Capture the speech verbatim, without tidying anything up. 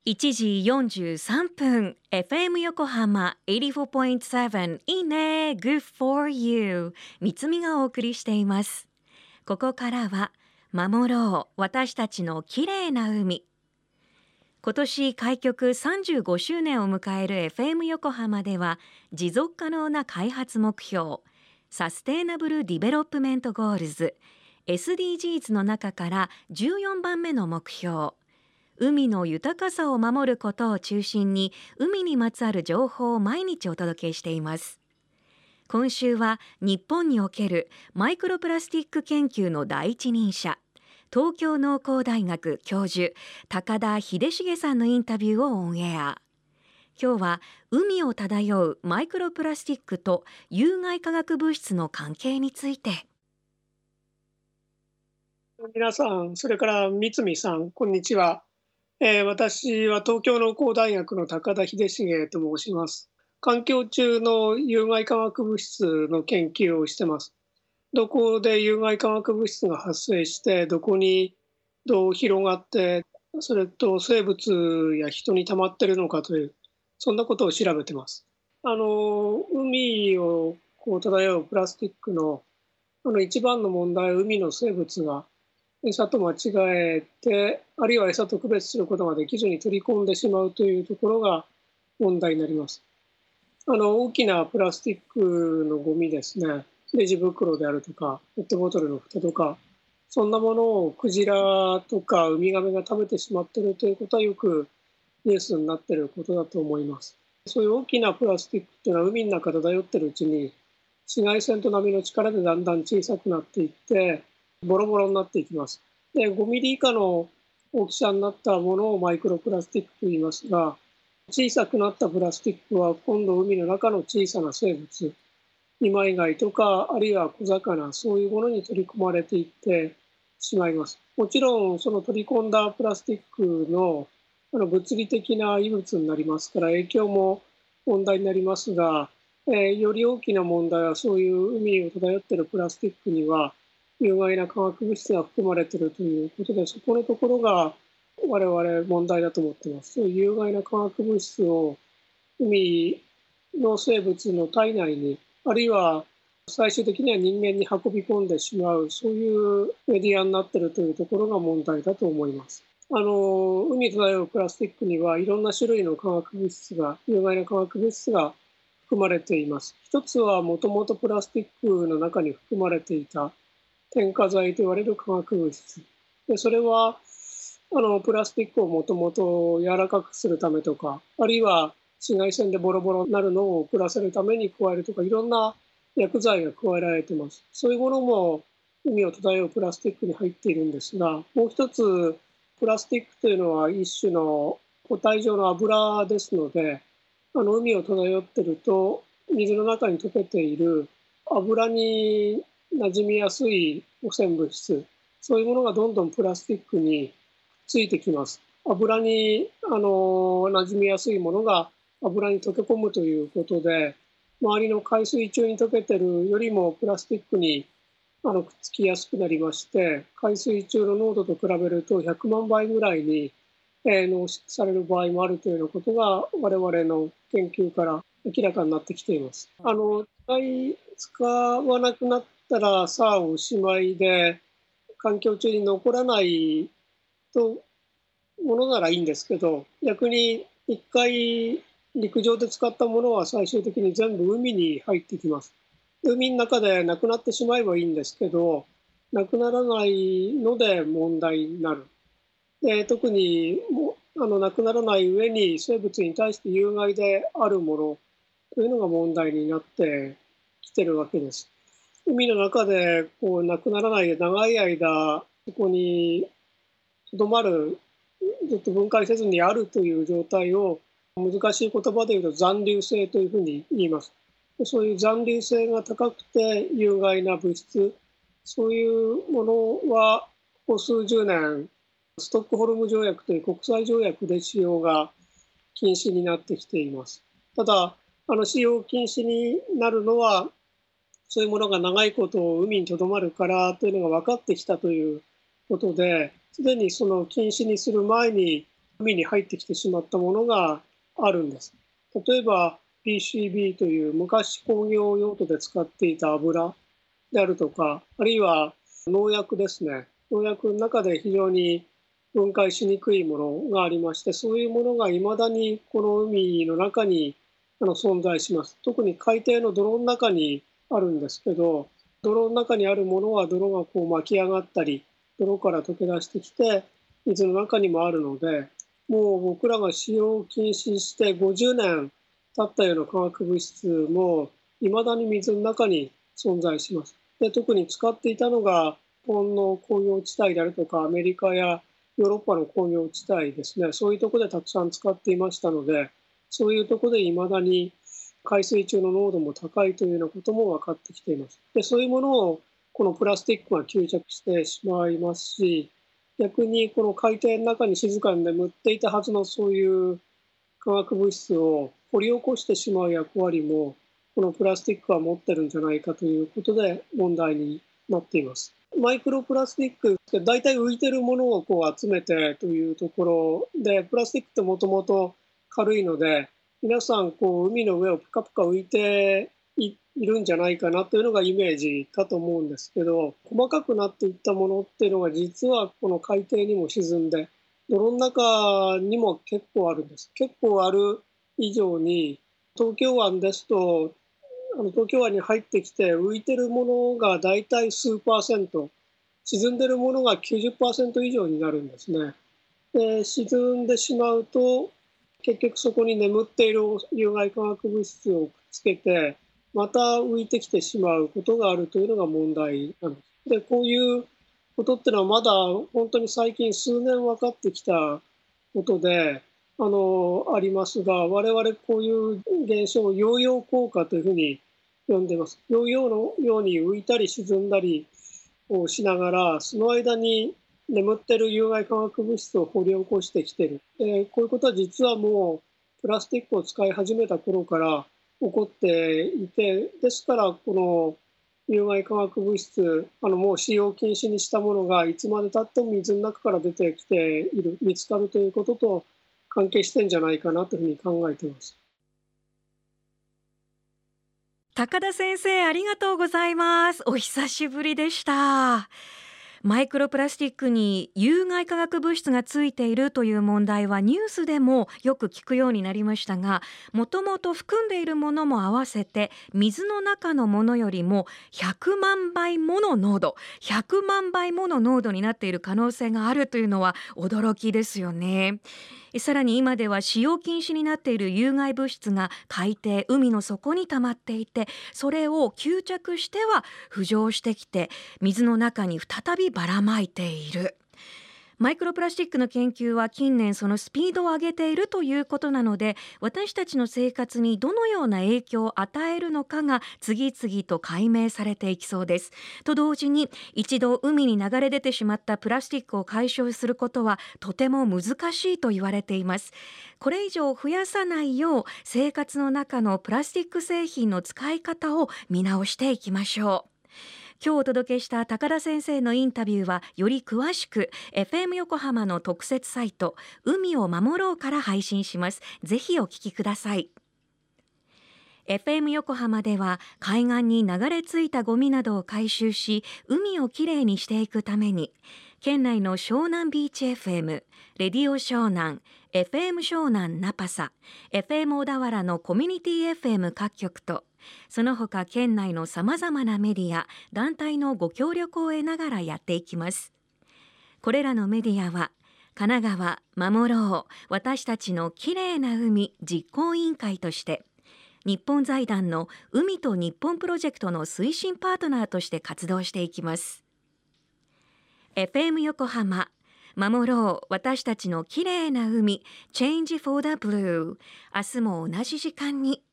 いちじよんじゅうさんぷん エフエム 横浜 はちじゅうよんてんなないいね Good for you 三つみがお送りしています。ここからは守ろう私たちのきれいな海。今年開局さんじゅうごしゅうねんを迎える エフエム 横浜では持続可能な開発目標サステイナブルディベロップメントゴールズ エスディージーズ の中からじゅうよんばんめの目標海の豊かさを守ることを中心に海にまつわる情報を毎日お届けしています。今週は日本におけるマイクロプラスチック研究の第一人者東京農工大学教授高田秀重さんのインタビューをオンエア。今日は海を漂うマイクロプラスチックと有害化学物質の関係について。 皆さん、それから三見さん、こんにちは。えー私は東京農工大学の高田秀重と申します。環境中の有害化学物質の研究をしてます。どこで有害化学物質が発生して、どこにどう広がって、それと生物や人に溜まっているのかという、そんなことを調べてます。あの海をこう漂うプラスチックのあの一番の問題は海の生物が餌と間違えて、あるいは餌と区別することができずに取り込んでしまうというところが問題になります。あの大きなプラスチックのゴミですね、レジ袋であるとか、ペットボトルの蓋とか、そんなものをクジラとかウミガメが食べてしまっているということはよくニュースになっていることだと思います。そういう大きなプラスチックというのは海の中で漂っているうちに、紫外線と波の力でだんだん小さくなっていって、ボロボロになっていきます。で、ごミリ以下の大きさになったものをマイクロプラスチックと言いますが、小さくなったプラスチックは今度海の中の小さな生物、二枚貝とかあるいは小魚、そういうものに取り込まれていってしまいます。もちろんその取り込んだプラスチックのあの物理的な異物になりますから影響も問題になりますが、えーより大きな問題はそういう海を漂っているプラスチックには有害な化学物質が含まれているということで、そこのところが我々問題だと思っています。そういう有害な化学物質を海の生物の体内に、あるいは最終的には人間に運び込んでしまう、そういうメディアになっているというところが問題だと思います。あの海に漂うプラスチックにはいろんな種類の化学物質が、有害な化学物質が含まれています。一つはもともとプラスチックの中に含まれていた添加剤と言われる化学物質で、それはあのプラスチックをもともと柔らかくするためとか、あるいは紫外線でボロボロになるのを遅らせるために加えるとか、いろんな薬剤が加えられています。そういうものも海を漂うプラスチックに入っているんですが、もう一つプラスチックというのは一種の固体状の油ですので、あの海を漂っていると水の中に溶けている油に馴染みやすい汚染物質、そういうものがどんどんプラスチックについてきます。油にあの馴染みやすいものが油に溶け込むということで、周りの海水中に溶けてるよりもプラスチックにあのくっつきやすくなりまして、海水中の濃度と比べるとひゃくまんばいぐらいに、えー濃縮される場合もあるというようなことが我々の研究から明らかになってきています。あの使い使わなくなったらさあおしまいで、環境中に残らないとものならいいんですけど、逆に一回陸上で使ったものは最終的に全部海に入ってきます。海の中でなくなってしまえばいいんですけど、なくならないので問題になる。で特にもあのなくならない上に生物に対して有害であるものというのが問題になってきてるわけです。海の中でこうなくならないで長い間そこにとどまる、ずっと分解せずにあるという状態を難しい言葉で言うと残留性というふうに言います。そういう残留性が高くて有害な物質、そういうものはここ数十年ストックホルム条約という国際条約で使用が禁止になってきています。ただあの使用禁止になるのはそういうものが長いこと海にとどまるからというのが分かってきたということで、すでにその禁止にする前に海に入ってきてしまったものがあるんです。例えば ピーシービー という昔工業用途で使っていた油であるとか、あるいは農薬ですね。農薬の中で非常に分解しにくいものがありまして、そういうものがいまだにこの海の中にあの存在します。特に海底の泥の中にあるんですけど、泥の中にあるものは泥がこう巻き上がったり、泥から溶け出してきて水の中にもあるので、もう僕らが使用を禁止してごじゅうねん経ったような化学物質もいまだに水の中に存在します。で、特に使っていたのが日本の工業地帯であるとかアメリカやヨーロッパの工業地帯ですね、そういうところでたくさん使っていましたので、そういうところでいまだに海水中の濃度も高いというようなことも分かってきています。で、そういうものをこのプラスチックが吸着してしまいますし、逆にこの海底の中に静かに眠っていたはずのそういう化学物質を掘り起こしてしまう役割もこのプラスチックは持ってるんじゃないかということで問題になっています。マイクロプラスチックって大体浮いてるものをこう集めてというところで、プラスチックってもともと軽いので、皆さんこう海の上をプカプカ浮いているんじゃないかなというのがイメージかと思うんですけど、細かくなっていったものっていうのが実はこの海底にも沈んで泥の中にも結構あるんです。結構ある以上に東京湾ですとあの東京湾に入ってきて浮いてるものがだいたい数パーセント、沈んでるものが きゅうじゅっパーセント 以上になるんですね。で、沈んでしまうと結局そこに眠っている有害化学物質をくっつけてまた浮いてきてしまうことがあるというのが問題なんです。で、こういうことってのはまだ本当に最近数年分かってきたことであのありますが、我々こういう現象をヨーヨー効果というふうに呼んでいます。ヨーヨーのように浮いたり沈んだりをしながら、その間に眠っている有害化学物質を掘り起こしてきている。で、こういうことは実はもうプラスチックを使い始めた頃から起こっていて、ですからこの有害化学物質、あのもう使用禁止にしたものがいつまでたっても水の中から出てきている、見つかるということと関係してんじゃないかなというふうに考えています。 高田先生、ありがとうございます。お久しぶりでした。マイクロプラスチックに有害化学物質がついているという問題はニュースでもよく聞くようになりましたが、もともと含んでいるものも合わせて水の中のものよりもひゃくまんばいもの濃度ひゃくまんばいもの濃度になっている可能性があるというのは驚きですよね。さらに今では使用禁止になっている有害物質が海底、海の底に溜まっていて、それを吸着しては浮上してきて水の中に再びばらまいている。マイクロプラスチックの研究は近年そのスピードを上げているということなので、私たちの生活にどのような影響を与えるのかが次々と解明されていきそうです。と同時に、一度海に流れ出てしまったプラスチックを回収することはとても難しいと言われています。これ以上増やさないよう、生活の中のプラスチック製品の使い方を見直していきましょう。今日お届けした高田先生のインタビューはより詳しく エフエム 横浜の特設サイト海を守ろうから配信します。ぜひお聞きください。エフエム 横浜では海岸に流れ着いたゴミなどを回収し、海をきれいにしていくために県内の湘南ビーチ エフエム、レディオ湘南、エフエム 湘南ナパサ、エフエム 小田原のコミュニティ エフエム 各局と、その他県内のさまざまなメディア、団体のご協力を得ながらやっていきます。これらのメディアは神奈川守ろう私たちのきれいな海実行委員会として日本財団の海と日本プロジェクトの推進パートナーとして活動していきます。 エフエム 横浜守ろう私たちのきれいな海 Change for the Blue、 明日も同じ時間に